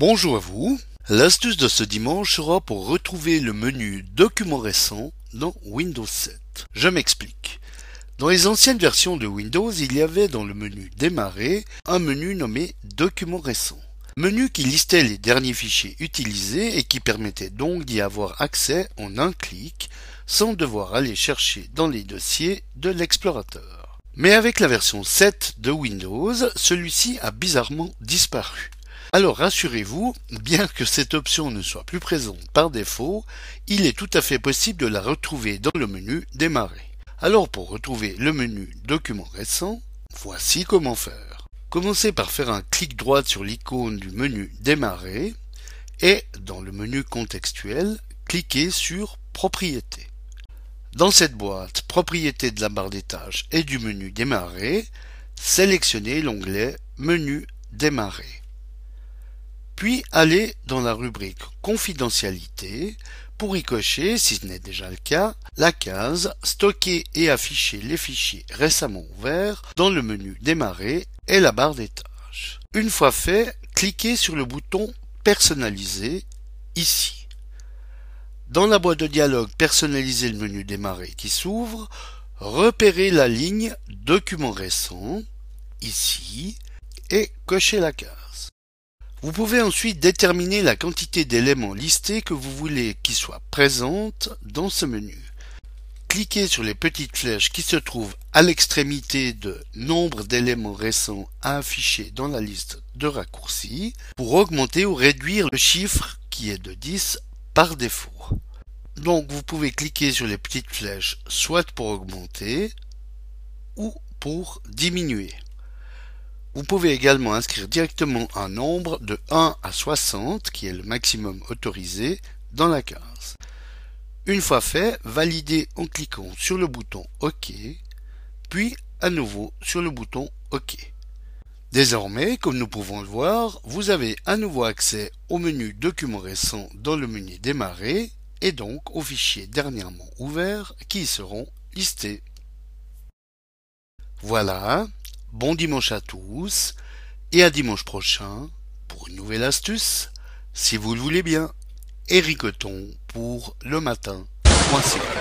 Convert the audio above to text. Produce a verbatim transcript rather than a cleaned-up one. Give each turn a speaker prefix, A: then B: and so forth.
A: Bonjour à vous. L'astuce de ce dimanche sera pour retrouver le menu Documents récents dans Windows sept. Je m'explique. Dans les anciennes versions de Windows, il y avait dans le menu Démarrer un menu nommé Documents récents. Menu qui listait les derniers fichiers utilisés et qui permettait donc d'y avoir accès en un clic sans devoir aller chercher dans les dossiers de l'explorateur. Mais avec la version sept de Windows, celui-ci a bizarrement disparu. Alors rassurez-vous, bien que cette option ne soit plus présente par défaut, il est tout à fait possible de la retrouver dans le menu Démarrer. Alors pour retrouver le menu Documents récents, voici comment faire. Commencez par faire un clic droit sur l'icône du menu Démarrer et dans le menu contextuel, cliquez sur Propriétés. Dans cette boîte Propriétés de la barre des tâches et du menu Démarrer, sélectionnez l'onglet Menu Démarrer. Puis allez dans la rubrique Confidentialité pour y cocher, si ce n'est déjà le cas, la case Stocker et afficher les fichiers récemment ouverts dans le menu Démarrer et la barre des tâches. Une fois fait, cliquez sur le bouton Personnaliser ici. Dans la boîte de dialogue Personnaliser le menu Démarrer qui s'ouvre, repérez la ligne Documents récents ici et cochez la case. Vous pouvez ensuite déterminer la quantité d'éléments listés que vous voulez qu'ils soient présentes dans ce menu. Cliquez sur les petites flèches qui se trouvent à l'extrémité de Nombre d'éléments récents à afficher dans la liste de raccourcis pour augmenter ou réduire le chiffre qui est de dix par défaut. Donc vous pouvez cliquer sur les petites flèches soit pour augmenter ou pour diminuer. Vous pouvez également inscrire directement un nombre de un à soixante, qui est le maximum autorisé, dans la case. Une fois fait, validez en cliquant sur le bouton OK, puis à nouveau sur le bouton OK. Désormais, comme nous pouvons le voir, vous avez à nouveau accès au menu Documents récents dans le menu Démarrer et donc aux fichiers dernièrement ouverts qui y seront listés. Voilà. Bon dimanche à tous et à dimanche prochain pour une nouvelle astuce, si vous le voulez bien. Éric Othon pour le matin point c a